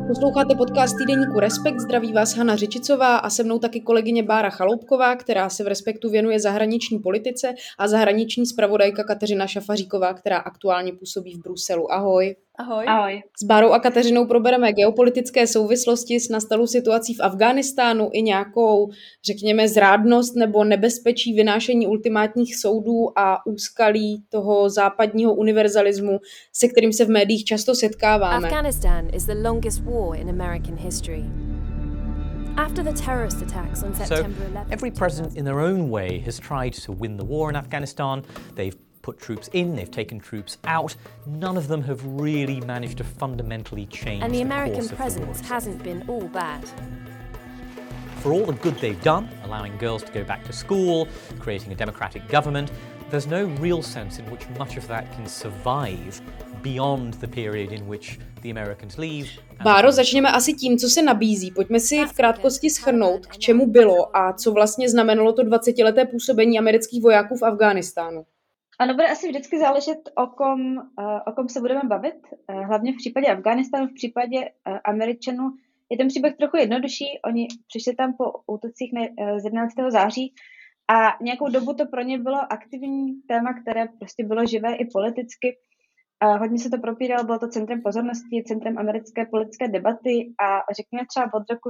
Posloucháte podcast týdeníku Respekt, zdraví vás Hana Řičicová a se mnou taky kolegyně Bára Chaloupková, která se v Respektu věnuje zahraniční politice, a zahraniční zpravodajka Kateřina Šafaříková, která aktuálně působí v Bruselu. Ahoj. Ahoj. Ahoj. S Bárou a Kateřinou probereme geopolitické souvislosti s nastalou situací v Afghánistánu i nějakou, řekněme, zrádnost nebo nebezpečí vynášení ultimátních soudů a úskalí toho západního univerzalismu, se kterým se v médiích často setkáváme. Afghanistan is the longest war in American history. After the terrorist attacks on September 11th, every president in their own way has tried to win the war in Afghanistan. They've put troops in, they've taken troops out. None of them have really managed to fundamentally change and the the American course of the presence war. hasn't been all bad. For all the good they've done, allowing girls to go back to school, creating a democratic government, there's no real sense in which much of that can survive beyond the period in which the Americans leave. Báro, začněme asi tím, co se nabízí. Pojďme si v krátkosti shrnout, k čemu bylo a co vlastně znamenalo to 20leté působení amerických vojáků v Afghánistánu. Ano, bude asi vždycky záležet, o kom se budeme bavit. Hlavně v případě Afghánistánu, v případě Američanů je ten příběh trochu jednodušší. Oni přišli tam po útocích z 11. září a nějakou dobu to pro ně bylo aktivní téma, které prostě bylo živé i politicky. Hodně se to propíralo, bylo to centrem pozornosti, centrem americké politické debaty a řekněme třeba od roku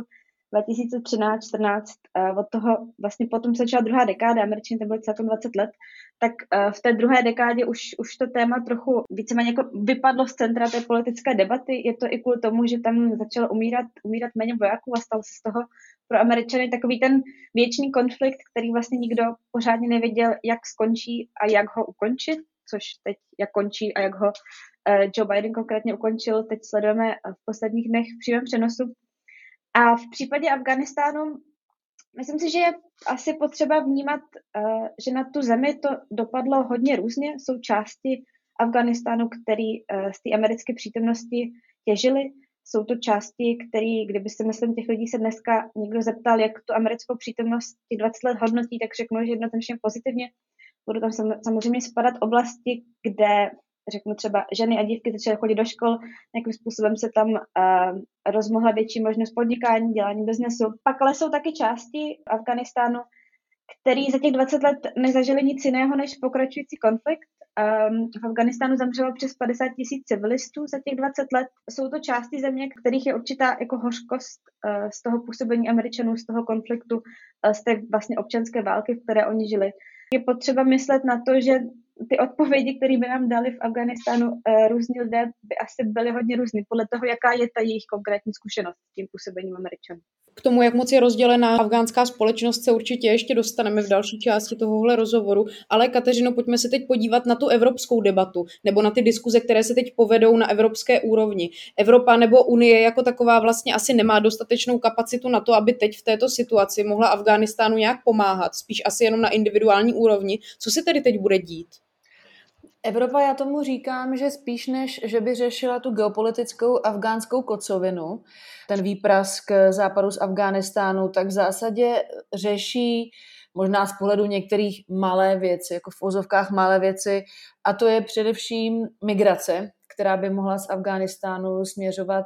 2013-14, od toho vlastně potom se začala druhá dekáda, Američané to byly celkem 20 let, tak v té druhé dekádě už to téma trochu víceméně jako vypadlo z centra té politické debaty. Je to i kvůli tomu, že tam začalo umírat méně vojáků a stal se z toho pro Američany takový ten věčný konflikt, který vlastně nikdo pořádně nevěděl, jak skončí a jak ho ukončit, což teď jak končí a jak ho Joe Biden konkrétně ukončil, teď sledujeme v posledních dnech v přímém přenosu. A v případě Afghánistánu, myslím si, že je asi potřeba vnímat, že na tu zemi to dopadlo hodně různě. Jsou části Afghánistánu, které z té americké přítomnosti těžily. Jsou to části, které, kdyby se, myslím, těch lidí se dneska někdo zeptal, jak tu americkou přítomnost těch 20 let hodnotí, tak řeknu, že jednoznačně pozitivně. Budou tam samozřejmě spadat oblasti, kde řeknu třeba ženy a dívky začaly chodit do škol, nějakým způsobem se tam rozmohla větší možnost podnikání, dělání biznesu. Pak ale jsou taky části Afghánistánu, který za těch 20 let nezažili nic jiného než pokračující konflikt. V Afghánistánu zemřelo přes 50 000 civilistů za těch 20 let. Jsou to části země, kterých je určitá jako hořkost z toho působení Američanů, z toho konfliktu, z té vlastně občanské války, v které oni žili. Je potřeba myslet na to, že ty odpovědi, které by nám dali v Afghánistánu různí lidé, by asi byly hodně různý, podle toho, jaká je ta jejich konkrétní zkušenost s tím působením Američanů. K tomu, jak moc je rozdělená afgánská společnost, se určitě ještě dostaneme v další části tohohle rozhovoru, ale Kateřino, pojďme se teď podívat na tu evropskou debatu, nebo na ty diskuze, které se teď povedou na evropské úrovni. Evropa nebo Unie jako taková vlastně asi nemá dostatečnou kapacitu na to, aby teď v této situaci mohla Afghánistánu nějak pomáhat, spíš asi jenom na individuální úrovni. Co se tedy teď bude dít? Evropa, já tomu říkám, že spíš než, že by řešila tu geopolitickou afgánskou kocovinu, ten výprask západu z Afghánistánu, tak v zásadě řeší možná z pohledu některých malé věci, jako v uvozovkách malé věci, a to je především migrace, která by mohla z Afghánistánu směřovat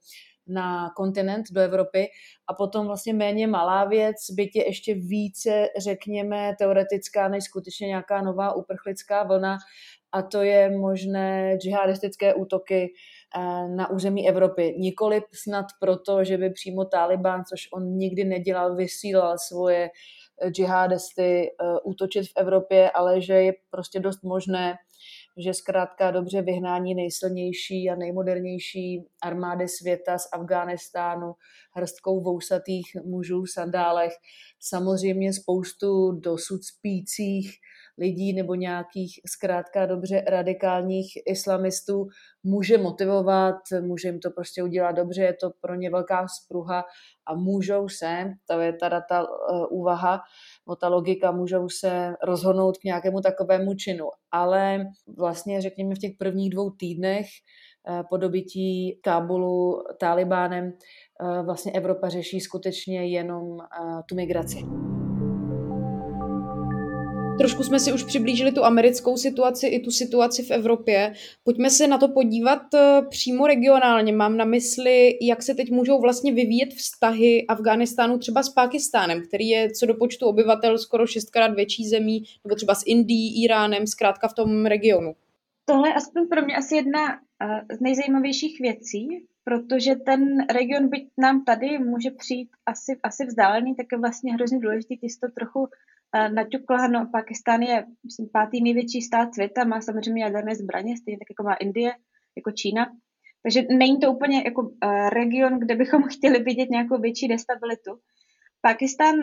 na kontinent, do Evropy, a potom vlastně méně malá věc, byť je ještě více, řekněme, teoretická, než skutečně nějaká nová uprchlická vlna, a to je možné džihadistické útoky na území Evropy. Nikoliv snad proto, že by přímo Taliban, což on nikdy nedělal, vysílal svoje džihadisty útočit v Evropě, ale že je prostě dost možné, že zkrátka dobře vyhnání nejsilnější a nejmodernější armády světa z Afghánistánu hrstkou vousatých mužů v sandálech, samozřejmě spoustu dosud spících lidí nebo nějakých zkrátka dobře radikálních islamistů může motivovat, může jim to prostě udělat dobře, je to pro ně velká vzpruha a můžou se, to je ta úvaha, ta logika, můžou se rozhodnout k nějakému takovému činu. Ale vlastně řekněme v těch prvních 2 týdnech po dobytí Kábulu Talibánem vlastně Evropa řeší skutečně jenom tu migraci. Trošku jsme si už přiblížili tu americkou situaci i tu situaci v Evropě. Pojďme se na to podívat přímo regionálně. Mám na mysli, jak se teď můžou vlastně vyvíjet vztahy Afghánistánu třeba s Pákistánem, který je co do počtu obyvatel skoro 6krát větší zemí, nebo třeba s Indií, Iránem, zkrátka v tom regionu. Tohle je aspoň pro mě asi jedna z nejzajímavějších věcí, protože ten region, byť nám tady může přijít asi vzdálený, tak je vlastně hrozně důležitý. Ty jsi to trochu naťukla. No, Pákistán je, myslím, 5. největší stát světa, má samozřejmě jaderné zbraně, stejně tak jako má Indie, jako Čína. Takže není to úplně jako region, kde bychom chtěli vidět nějakou větší destabilitu. Pákistán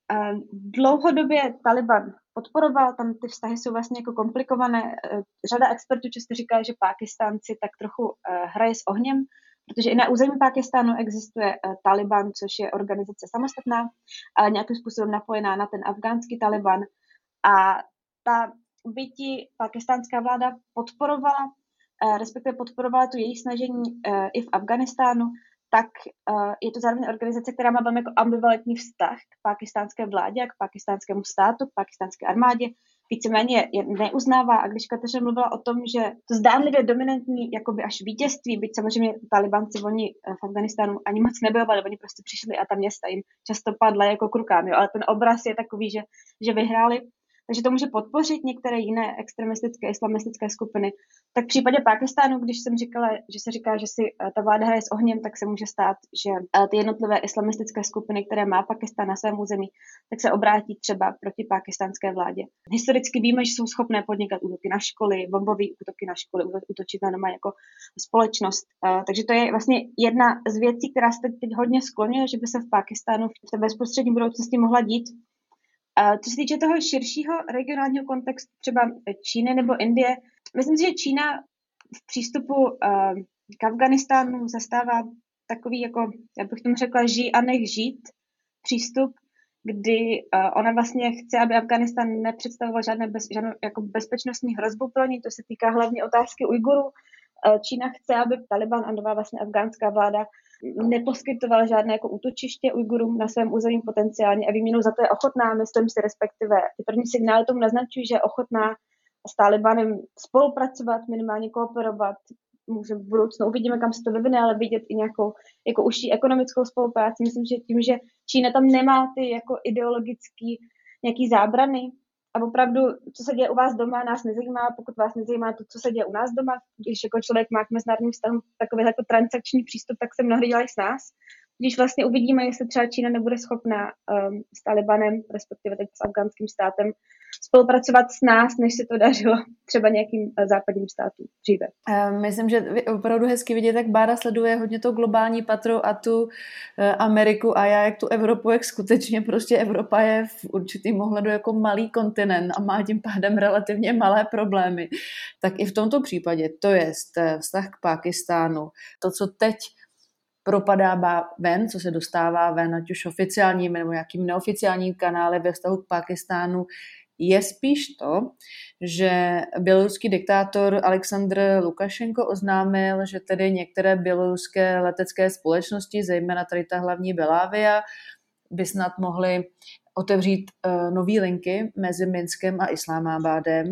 dlouhodobě Taliban podporoval, tam ty vztahy jsou vlastně jako komplikované. Řada expertů často říká, že Pákistánci tak trochu hraje s ohněm, protože i na území Pákistánu existuje Taliban, což je organizace samostatná, ale nějakým způsobem napojená na ten afgánský Taliban. A ta bytí pákistánská vláda podporovala, respektive podporovala tu její snažení i v Afghánistánu, tak je to zároveň organizace, která má velmi jako ambivalentní vztah k pákistánské vládě a k pákistánskému státu, k pákistánské armádě. Víceméně je neuznává, a když Kateřina mluvila o tom, že to zdánlivě dominantní jakoby až vítězství, byť samozřejmě Talibanci, oni v Afghánistánu ani moc nebojovali, oni prostě přišli a ta města jim často padla jako k rukám, jo, ale ten obraz je takový, že vyhráli. Takže to může podpořit některé jiné extremistické, islamistické skupiny. Tak v případě Pákistánu, když jsem říkala, že se říká, že si ta vláda hraje s ohněm, tak se může stát, že ty jednotlivé islamistické skupiny, které má Pákistán na svém území, tak se obrátí třeba proti pákistánské vládě. Historicky víme, že jsou schopné podnikat útoky na školy, bombové útoky na školy, útočit na doma jako společnost. Takže to je vlastně jedna z věcí, která se teď hodně skloňuje, že by se v Pákistánu v té bezprostřední budoucnosti mohla dít. Co se týče toho širšího regionálního kontextu, třeba Číny nebo Indie, myslím si, že Čína v přístupu k Afghánistánu zastává takový, jako, já bych tomu řekla, žij a nech žít přístup, kdy ona vlastně chce, aby Afghánistán nepředstavoval žádnou jako bezpečnostní hrozbu pro ní. To se týká hlavně otázky Ujgurů. Čína chce, aby Taliban a nová vlastně afgánská vláda neposkytovala žádné jako útočiště Ujgurům na svém území potenciálně a výměnou za to je ochotná, myslím si, respektive ty první signály tomu naznačují, že je ochotná s Talibanem spolupracovat, minimálně kooperovat. Může v budoucnu uvidíme, kam se to vyvine, ale vidět i nějakou jako užší ekonomickou spolupráci. Myslím, že tím, že Čína tam nemá ty jako ideologický nějaký zábrany, a opravdu, co se děje u vás doma, nás nezajímá, pokud vás nezajímá to, co se děje u nás doma. Když jako člověk má k mezinárodním vztahům takový jako transakční přístup, tak se mnohdy dělají s nás. Když vlastně uvidíme, jestli třeba Čína nebude schopná s Talibanem, respektive teď s afgánským státem, spolupracovat s nás, než se to dařilo třeba nějakým západním státům dříve. Myslím, že opravdu hezky vidět, jak Bára sleduje hodně to globální patro a tu Ameriku a já jak tu Evropu, jak skutečně prostě Evropa je v určitým ohledu jako malý kontinent a má tím pádem relativně malé problémy. Tak i v tomto případě, to je vztah k Pákistánu, to, co teď propadá ven, co se dostává ven, ať už oficiálním nebo nějakým neoficiálním kanály ve vztahu k Pákistánu, je spíš to, že běloruský diktátor Alexandr Lukašenko oznámil, že tedy některé běloruské letecké společnosti, zejména tady ta hlavní Belavia, by snad mohly otevřít nový linky mezi Minskem a Islámábádem.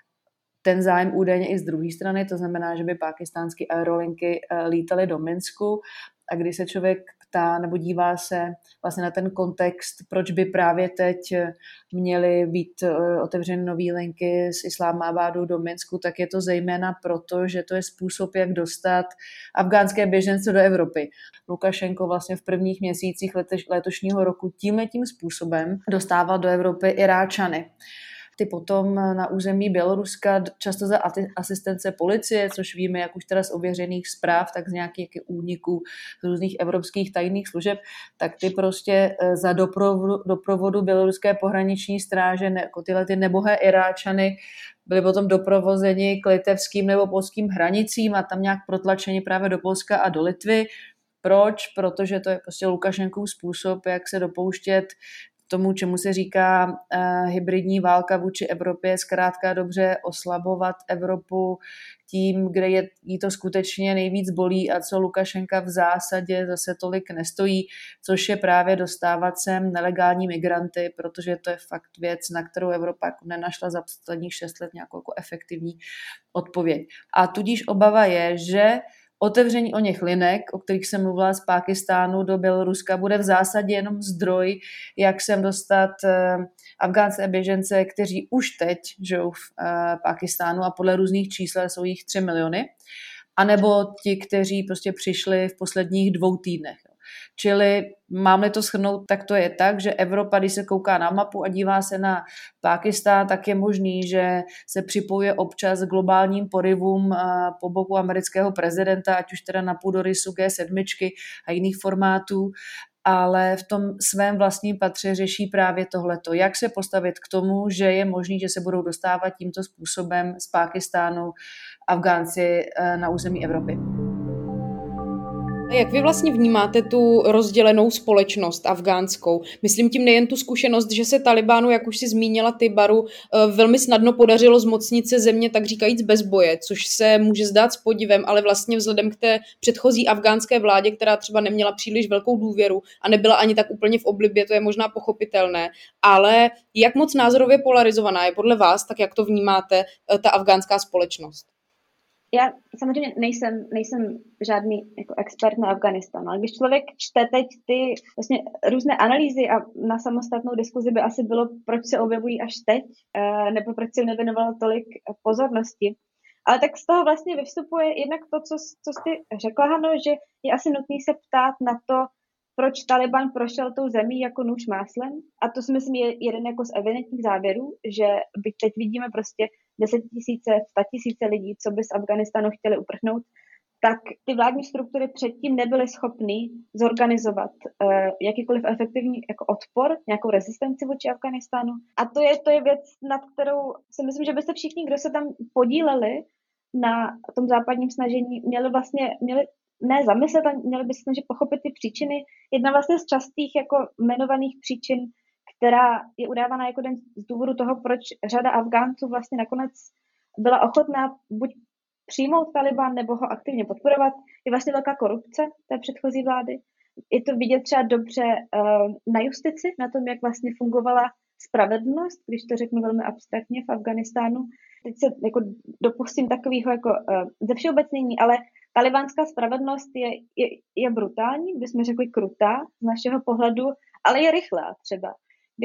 Ten zájem údajně i z druhé strany, to znamená, že by pákistánské aerolinky lítaly do Minsku. A když se člověk ptá nebo dívá se vlastně na ten kontext, proč by právě teď měly být otevřeny nové linky z Islámábádu do Minsku, tak je to zejména proto, že to je způsob, jak dostat afgánské běžence do Evropy. Lukašenko vlastně v prvních měsících letošního roku tímhletím způsobem dostával do Evropy Iráčany. Ty potom na území Běloruska často za asistence policie, což víme, jak už teda z ověřených zpráv, tak z nějakých úniků z různých evropských tajných služeb, tak ty prostě za doprovodu běloruské pohraniční stráže, jako tyhle ty nebohé Iráčany, byli potom doprovozeni k litevským nebo polským hranicím a tam nějak protlačeni právě do Polska a do Litvy. Proč? Protože to je prostě Lukašenkův způsob, jak se dopouštět tomu, čemu se říká hybridní válka vůči Evropě, zkrátka dobře oslabovat Evropu tím, kde jí to skutečně nejvíc bolí a co Lukašenka v zásadě zase tolik nestojí, což je právě dostávat sem nelegální migranty, protože to je fakt věc, na kterou Evropa nenašla za posledních 6 let nějakou jako efektivní odpověď. A tudíž obava je, že otevření oněch linek, o kterých jsem mluvila, z Pákistánu do Běloruska, bude v zásadě jenom zdroj, jak sem dostat Afgánce a běžence, kteří už teď žijou v Pákistánu a podle různých čísel jsou jich 3 miliony, anebo ti, kteří prostě přišli v posledních 2 týdnech. Čili mám-li to shrnout, tak to je tak, že Evropa, když se kouká na mapu a dívá se na Pákistán, tak je možný, že se připojuje občas k globálním porivům po boku amerického prezidenta, ať už teda na půdorysu G7 a jiných formátů, ale v tom svém vlastním patře řeší právě tohleto. Jak se postavit k tomu, že je možný, že se budou dostávat tímto způsobem z Pákistánu Afgánci na území Evropy. Jak vy vlastně vnímáte tu rozdělenou společnost afgánskou? Myslím tím nejen tu zkušenost, že se Talibánu, jak už si zmínila ty, Baru, velmi snadno podařilo zmocnit se země, tak říkajíc bez boje, což se může zdát s podivem, ale vlastně vzhledem k té předchozí afgánské vládě, která třeba neměla příliš velkou důvěru a nebyla ani tak úplně v oblibě, to je možná pochopitelné. Ale jak moc názorově polarizovaná je podle vás, tak jak to vnímáte, ta afgánská společnost? Já samozřejmě nejsem žádný jako expert na Afghánistán, ale když člověk čte teď ty vlastně různé analýzy a na samostatnou diskuzi by asi bylo, proč se objevují až teď, nebo proč se nevěnovalo tolik pozornosti. Ale tak z toho vlastně vystupuje jednak to, co jsi řekla, Hano, že je asi nutný se ptát na to, proč Taliban prošel tou zemí jako nůž máslem. A to si myslím je jeden jako z evidentních závěrů, že byť teď vidíme prostě 10 000, 100 000 lidí, co by z Afghánistánu chtěli uprchnout, tak ty vládní struktury předtím nebyly schopny zorganizovat jakýkoliv efektivní jako odpor, nějakou rezistenci vůči Afghánistánu. A to je věc, nad kterou si myslím, že by se všichni, kdo se tam podíleli na tom západním snažení, měli ne zamyslet, ale měli by se snažit pochopit ty příčiny. Jedna vlastně z častých jako jmenovaných příčin, která je udávána jako jeden z důvodů toho, proč řada Afgánců vlastně nakonec byla ochotná buď přijmout Taliban nebo ho aktivně podporovat, je vlastně velká korupce té předchozí vlády. Je to vidět třeba dobře na justici, na tom, jak vlastně fungovala spravedlnost, když to řeknu velmi abstraktně v Afghánistánu. Teď se jako dopustím takového jako ze všeobecnění, ale talibánská spravedlnost je brutální, bychom řekli krutá z našeho pohledu, ale je rychlá třeba.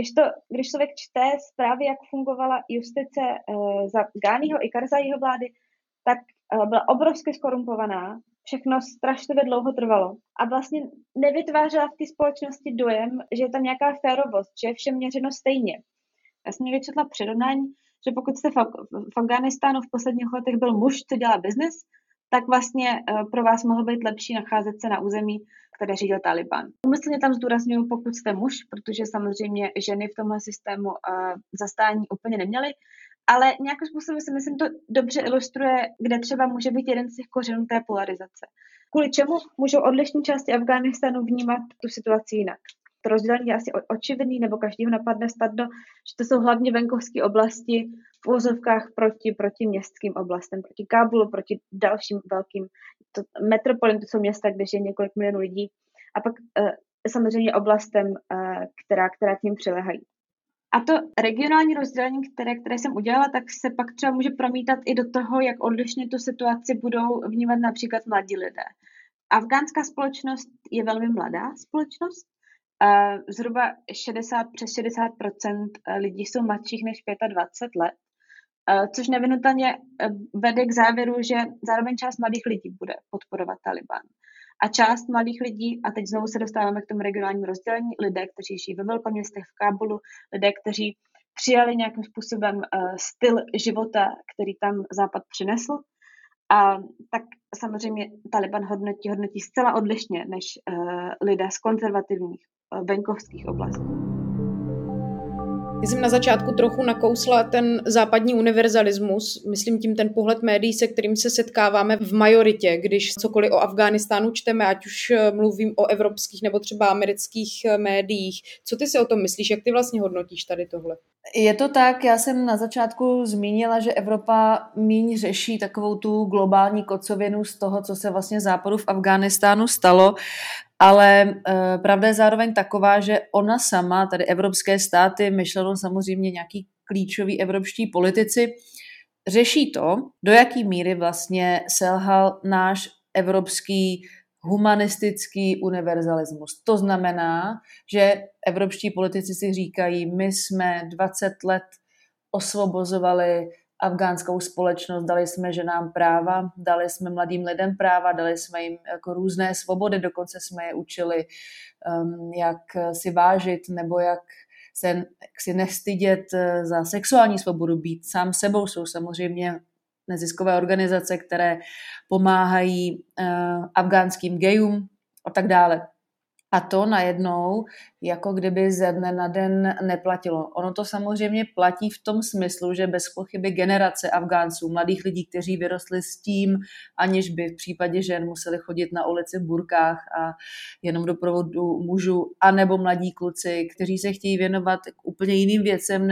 Když člověk čte zprávy, jak fungovala justice za Ghaniho i Karzáího vlády, tak byla obrovsky skorumpovaná, všechno strašlivě dlouho trvalo a vlastně nevytvářela v té společnosti dojem, že je tam nějaká férovost, že je všem měřeno stejně. Já jsem někdy četla přirovnání, že pokud jste v Afghánistánu v posledních letech byl muž, co dělá biznis, tak vlastně pro vás mohlo být lepší nacházet se na území, které řídil Taliban. Umyslně tam zdůrazňuji, pokud jste muž, protože samozřejmě ženy v tomhle systému zastání úplně neměly, ale nějakým způsobem si myslím, to dobře ilustruje, kde třeba může být jeden z těch kořenů té polarizace. Kvůli čemu můžou odlišné části Afghánistánu vnímat tu situaci jinak. To rozdělení je asi očividný, nebo každýho napadne snadno, že to jsou hlavně venkovské oblasti v úzovkách proti městským oblastem, proti Kábulu, proti dalším velkým metropolím, to jsou města, kde je několik milionů lidí, a pak samozřejmě oblastem, která k ním přilehají. A to regionální rozdělení, které jsem udělala, tak se pak třeba může promítat i do toho, jak odlišně tu situaci budou vnímat například mladí lidé. Afgánská společnost je velmi mladá společnost. Zhruba přes 60% lidí jsou mladších než 25 let, což nevinutelně vede k závěru, že zároveň část mladých lidí bude podporovat Taliban. A část mladých lidí, a teď znovu se dostáváme k tomu regionálnímu rozdělení, lidé, kteří žijí ve velkoměstech v Kábulu, lidé, kteří přijali nějakým způsobem styl života, který tam Západ přinesl, a tak samozřejmě Taliban hodnotí zcela odlišně než lidé z konzervativních venkovských oblastí. Já jsem na začátku trochu nakousla ten západní univerzalismus, myslím tím ten pohled médií, se kterým se setkáváme v majoritě, když cokoliv o Afghánistánu čteme, ať už mluvím o evropských nebo třeba amerických médiích. Co ty si o tom myslíš, jak ty vlastně hodnotíš tady tohle? Je to tak, já jsem na začátku zmínila, že Evropa míň řeší takovou tu globální kocovinu z toho, co se vlastně západu v Afghánistánu stalo, ale pravda je zároveň taková, že ona sama, tady evropské státy, myšleno samozřejmě nějaký klíčoví evropští politici, řeší to, do jaký míry vlastně selhal náš evropský humanistický univerzalismus. To znamená, že evropští politici si říkají, my jsme 20 let osvobozovali afgánskou společnost, dali jsme ženám práva, dali jsme mladým lidem práva, dali jsme jim jako různé svobody, dokonce jsme je učili, jak si vážit nebo jak si nestydět za sexuální svobodu, být sám sebou. Jsou samozřejmě neziskové organizace, které pomáhají afgánským gejům a tak dále. A to najednou jako kdyby ze dne na den neplatilo. Ono to samozřejmě platí v tom smyslu, že bez pochyby generace Afgánců, mladých lidí, kteří vyrostli s tím, aniž by v případě žen museli chodit na ulici v burkách a jenom doprovodu mužů, anebo mladí kluci, kteří se chtějí věnovat úplně jiným věcem,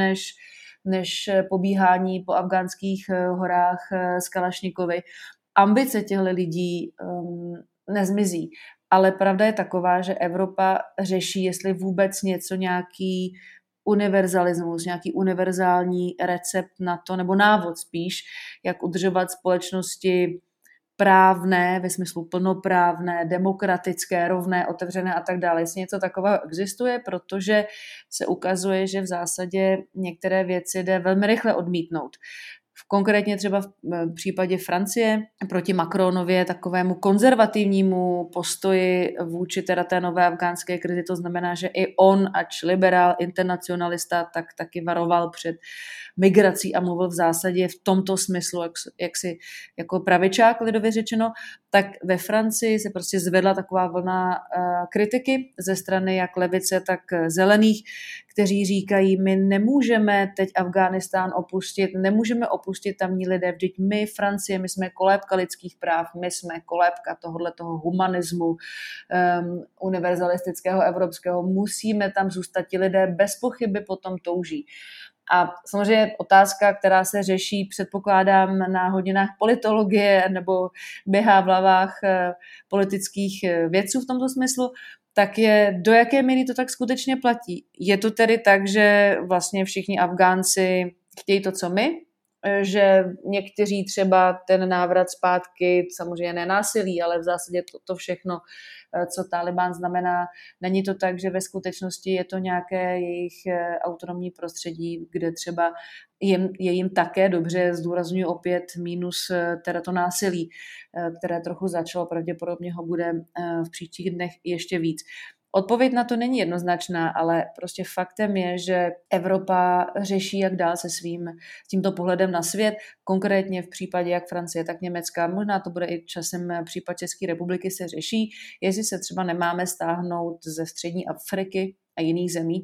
než pobíhání po afgánských horách s Kalašnikovy. Ambice těchto lidí nezmizí. Ale pravda je taková, že Evropa řeší, jestli vůbec něco, nějaký univerzalismus, nějaký univerzální recept na to, nebo návod spíš, jak udržovat společnosti právné, ve smyslu plnoprávné, demokratické, rovné, otevřené a tak dále. Jestli něco takového existuje, protože se ukazuje, že v zásadě některé věci jde velmi rychle odmítnout. Konkrétně třeba v případě Francie proti Macronově takovému konzervativnímu postoji vůči teda té nové afgánské krizi. To znamená, že i on, ač liberál, internacionalista, tak taky varoval před migrací a mluvil v zásadě v tomto smyslu, jak si jako pravičák lidově řečeno, tak ve Francii se prostě zvedla taková vlna kritiky ze strany jak levice, tak zelených, kteří říkají, my nemůžeme teď Afghánistán opustit, nemůžeme opustit tamní lidé, vždyť my, Francie, my jsme kolébka lidských práv, my jsme kolébka toho humanismu univerzalistického, evropského, musíme tam zůstat, ti lidé bez pochyby potom touží. A samozřejmě otázka, která se řeší, předpokládám, na hodinách politologie nebo běhá v hlavách politických vědců v tomto smyslu, tak je, do jaké míry to tak skutečně platí. Je to tedy tak, že vlastně všichni Afgánci chtějí to, co my, že někteří třeba ten návrat zpátky, samozřejmě nenásilí, ale v zásadě to všechno, co Taliban znamená, není to tak, že ve skutečnosti je to nějaké jejich autonomní prostředí, kde třeba je jim také dobře, zdůrazňuji opět, mínus teda to násilí, které trochu začalo, pravděpodobně ho bude v příštích dnech ještě víc. Odpověď na to není jednoznačná, ale prostě faktem je, že Evropa řeší, jak dál se tímto pohledem na svět, konkrétně v případě jak Francie, tak Německa, možná to bude i časem případ České republiky se řeší, jestli se třeba nemáme stáhnout ze střední Afriky a jiných zemí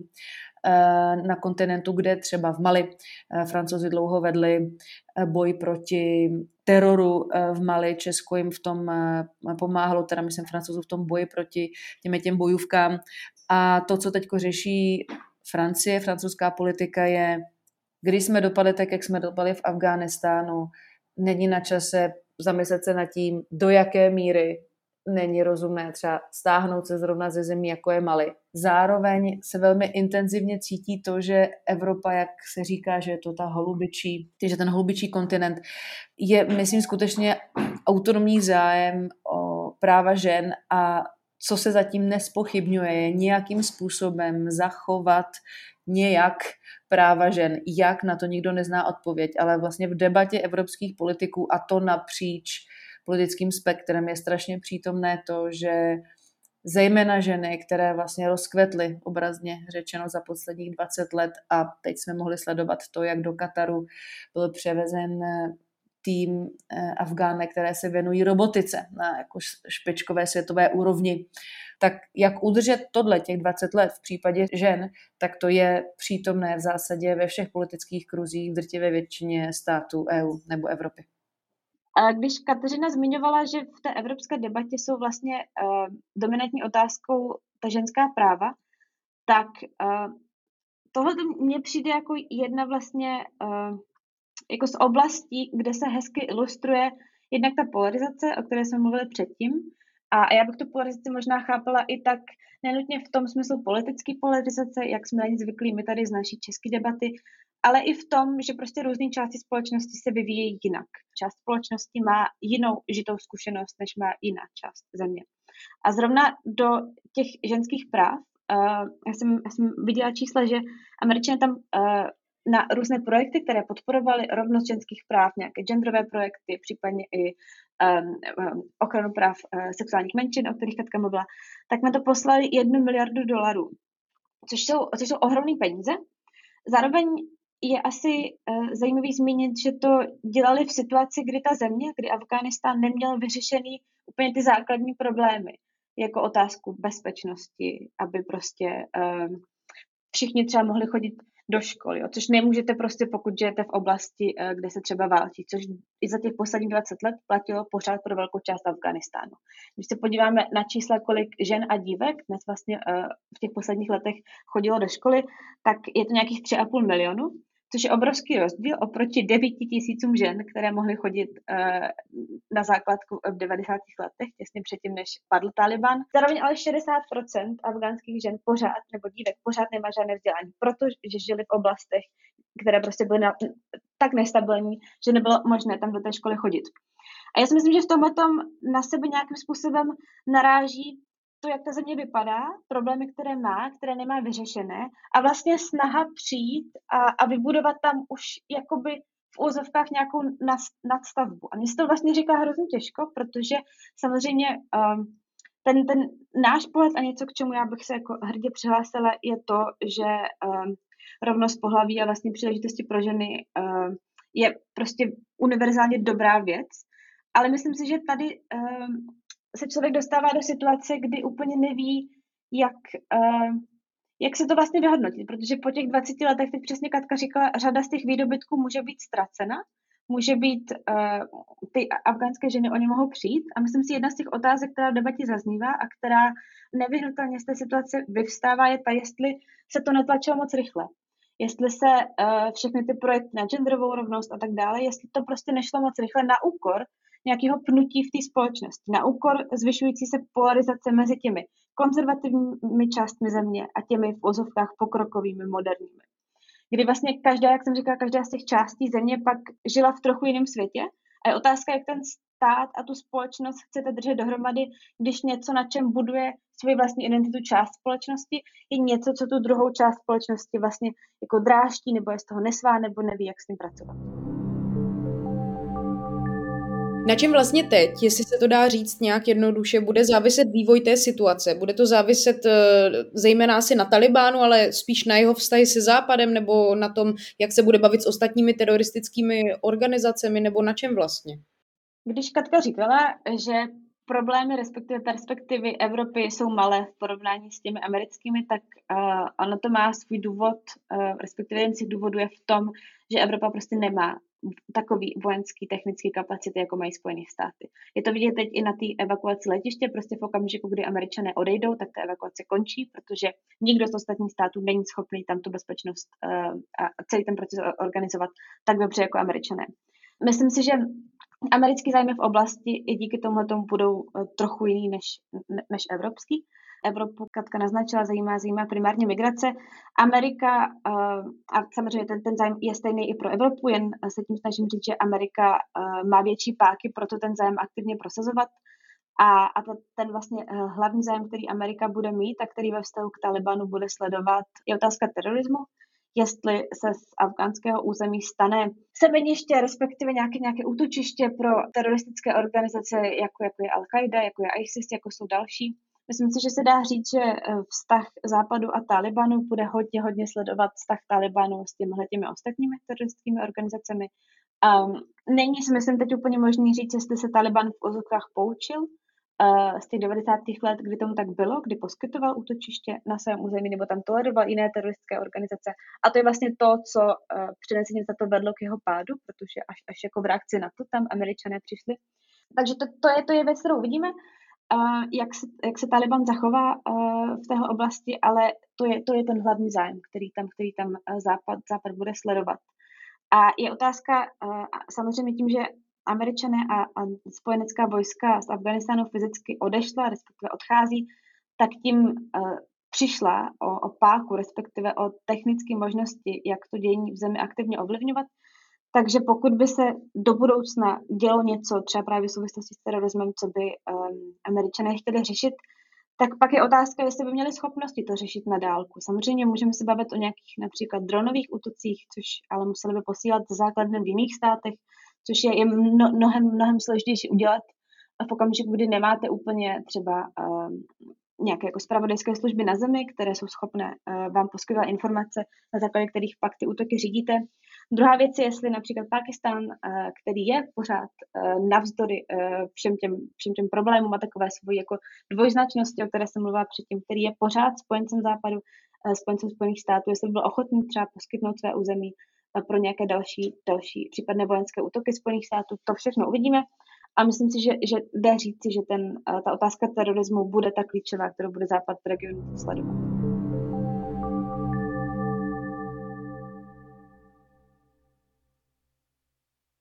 na kontinentu, kde třeba v Mali Francouzi dlouho vedli boj proti teroru v Mali, Česko jim v tom pomáhalo, teda myslím Francouzů v tom boji proti těm bojůvkám. A to, co teďko řeší Francie, francouzská politika je, když jsme dopadli tak, jak jsme dopadli v Afghánistánu, není na čase zamyslet se nad tím, do jaké míry není rozumné třeba stáhnout se zrovna ze zemí, jako je Mali. Zároveň se velmi intenzivně cítí to, že Evropa, jak se říká, že je to že ten holubičí kontinent, je, myslím, skutečně autonomní zájem o práva žen a co se zatím nespochybňuje, je nějakým způsobem zachovat nějak práva žen. Jak, na to nikdo nezná odpověď, ale vlastně v debatě evropských politiků a to napříč politickým spektrem je strašně přítomné to, že zejména ženy, které vlastně rozkvetly obrazně řečeno za posledních 20 let a teď jsme mohli sledovat to, jak do Kataru byl převezen tým Afgánek, které se věnují robotice na jako špičkové světové úrovni. Tak jak udržet tohle těch 20 let v případě žen, tak to je přítomné v zásadě ve všech politických kruzích v drtivé většině států EU nebo Evropy. A když Kateřina zmiňovala, že v té evropské debatě jsou vlastně dominantní otázkou ta ženská práva, tak tohle mně přijde jako jedna vlastně jako z oblastí, kde se hezky ilustruje jednak ta polarizace, o které jsme mluvili předtím. A já bych tu polarizaci možná chápala i tak nenutně v tom smyslu politické polarizace, jak jsme na ní zvyklí my tady z naší české debaty, ale i v tom, že prostě různé části společnosti se vyvíjejí jinak. Část společnosti má jinou žitou zkušenost, než má jiná část země. A zrovna do těch ženských práv, já jsem viděla čísla, že Američané tam na různé projekty, které podporovaly rovnost ženských práv, nějaké genderové projekty, případně i ochranu práv sexuálních menšin, o kterých Katka mluvila, tak na to poslali $1 miliardu, což jsou ohromné peníze. Zároveň je asi zajímavý zmínit, že to dělali v situaci, kdy ta země, kdy Afghánistán neměl vyřešený úplně ty základní problémy, jako otázku bezpečnosti, aby prostě všichni třeba mohli chodit do školy, jo, což nemůžete prostě, pokud žijete v oblasti, kde se třeba válčí, což i za těch posledních 20 let platilo pořád pro velkou část Afghánistánu. Když se podíváme na čísla, kolik žen a dívek dnes vlastně v těch posledních letech chodilo do školy, tak je to nějakých 3,5 milionu, což je obrovský rozdíl oproti 9 000 žen, které mohly chodit na základku v 90. letech, těsně předtím, než padl Taliban. Zároveň ale 60% afgánských žen pořád, nebo dívek pořád nemá žádné vzdělání, protože žili v oblastech, které prostě byly tak nestabilní, že nebylo možné tam do té školy chodit. A já si myslím, že v tomhletom na sebe nějakým způsobem naráží to, jak ta země vypadá, problémy, které má, které nemá vyřešené a vlastně snaha přijít a vybudovat tam už jakoby v úzovkách nějakou nadstavbu. A mně se to vlastně říká hrozně těžko, protože samozřejmě ten náš pohled a něco, k čemu já bych se jako hrdě přihlásila, je to, že rovnost pohlaví a vlastně příležitosti pro ženy je prostě univerzálně dobrá věc. Ale myslím si, že tady se člověk dostává do situace, kdy úplně neví, jak se to vlastně vyhodnotit, protože po těch 20 letech, teď přesně Katka říkala, řada z těch výdobytků může být ztracena, může být, ty afgánské ženy o ně mohou přijít a myslím si, jedna z těch otázek, která v debatě zaznívá a která nevyhnutelně z té situace vyvstává, je ta, jestli se to netlačilo moc rychle. Jestli se všechny ty projekty na genderovou rovnost a tak dále, jestli to prostě nešlo moc rychle na úkor nějakého pnutí v té společnosti, na úkor zvyšující se polarizace mezi těmi konzervativními částmi země a těmi v ozovkách pokrokovými, moderními. Kdy vlastně každá, jak jsem říkala, každá z těch částí země pak žila v trochu jiném světě a je otázka, jak ten stát a tu společnost chcete držet dohromady, když něco, na čem buduje svoji vlastní identitu část společnosti, je něco, co tu druhou část společnosti vlastně jako dráždí, nebo je z toho nesvá, nebo neví, jak s tím pracovat. Na čem vlastně teď, jestli se to dá říct nějak jednoduše, bude záviset vývoj té situace? Bude to záviset zejména asi na Talibánu, ale spíš na jeho vztahy se Západem, nebo na tom, jak se bude bavit s ostatními teroristickými organizacemi, nebo na čem vlastně? Když Katka říkala, že problémy, respektive perspektivy Evropy jsou malé v porovnání s těmi americkými, tak ono to má svůj důvod, respektive jeden z těch důvodů je v tom, že Evropa prostě nemá takový vojenský technický kapacity, jako mají Spojené státy. Je to vidět teď i na té evakuaci letiště, prostě v okamžiku, kdy Američané odejdou, tak ta evakuace končí, protože nikdo z ostatních států není schopný tam tu bezpečnost a celý ten proces organizovat tak dobře jako Američané. Myslím si, že americký zájmy v oblasti i díky tomuhle budou trochu jiný než evropský. Evropu Katka naznačila, zajímá primárně migrace. Amerika, a samozřejmě ten zájem je stejný i pro Evropu, jen se tím snažím říct, že Amerika má větší páky, proto ten zájem aktivně prosazovat. A ten vlastně hlavní zájem, který Amerika bude mít a který ve vztahu k Talibanu bude sledovat, je otázka terorismu. Jestli se z afgánského území stane semeniště, respektive nějaké útočiště pro teroristické organizace, jako je Al-Qaida, jako je ISIS, jako jsou další. Myslím si, že se dá říct, že vztah Západu a Talibanu bude hodně sledovat vztah Talibanu s těmi ostatními teroristickými organizacemi Není si myslím teď úplně možný říct, jestli se Taliban v ozokách poučil z těch 90. let, kdy tomu tak bylo, kdy poskytoval útočiště na svém území nebo tam toleroval jiné teroristické organizace. A to je vlastně to, co přinesením za to vedlo k jeho pádu, protože až jako v reakci na to tam Američané přišli. Takže to je věc, kterou uvidíme, jak se Taliban zachová v téhle oblasti, ale to je ten hlavní zájem, který tam Západ bude sledovat. A je otázka samozřejmě tím, že Američané a spojenecká vojska z Afghánistánu fyzicky odešla, respektive odchází, tak tím přišla o páku, respektive o technické možnosti, jak to dění v zemi aktivně ovlivňovat. Takže pokud by se do budoucna dělo něco, třeba právě v souvislosti s terorismem, co by Američané chtěli řešit, tak pak je otázka, jestli by měli schopnosti to řešit na dálku. Samozřejmě můžeme se bavit o nějakých například dronových útocích, což ale museli by posílat základny v jiných státech, což je mnohem složitější udělat v okamžiku, kdy nemáte úplně třeba nějaké jako zpravodajské služby na zemi, které jsou schopné vám poskytovat informace, na základě kterých pak ty útoky řídíte. Druhá věc je, jestli například Pákistán, který je pořád navzdory všem těm problémům a takové svojí jako dvojznačnosti, o které jsem mluvila předtím, který je pořád spojencem Západu, spojencem Spojených států, jestli by byl ochotný třeba poskytnout své území pro nějaké další případné vojenské útoky Spojených států. To všechno uvidíme. A myslím si, že jde říci, že ta otázka terorismu bude ta klíčová, kterou bude Západ v regionu sledovat.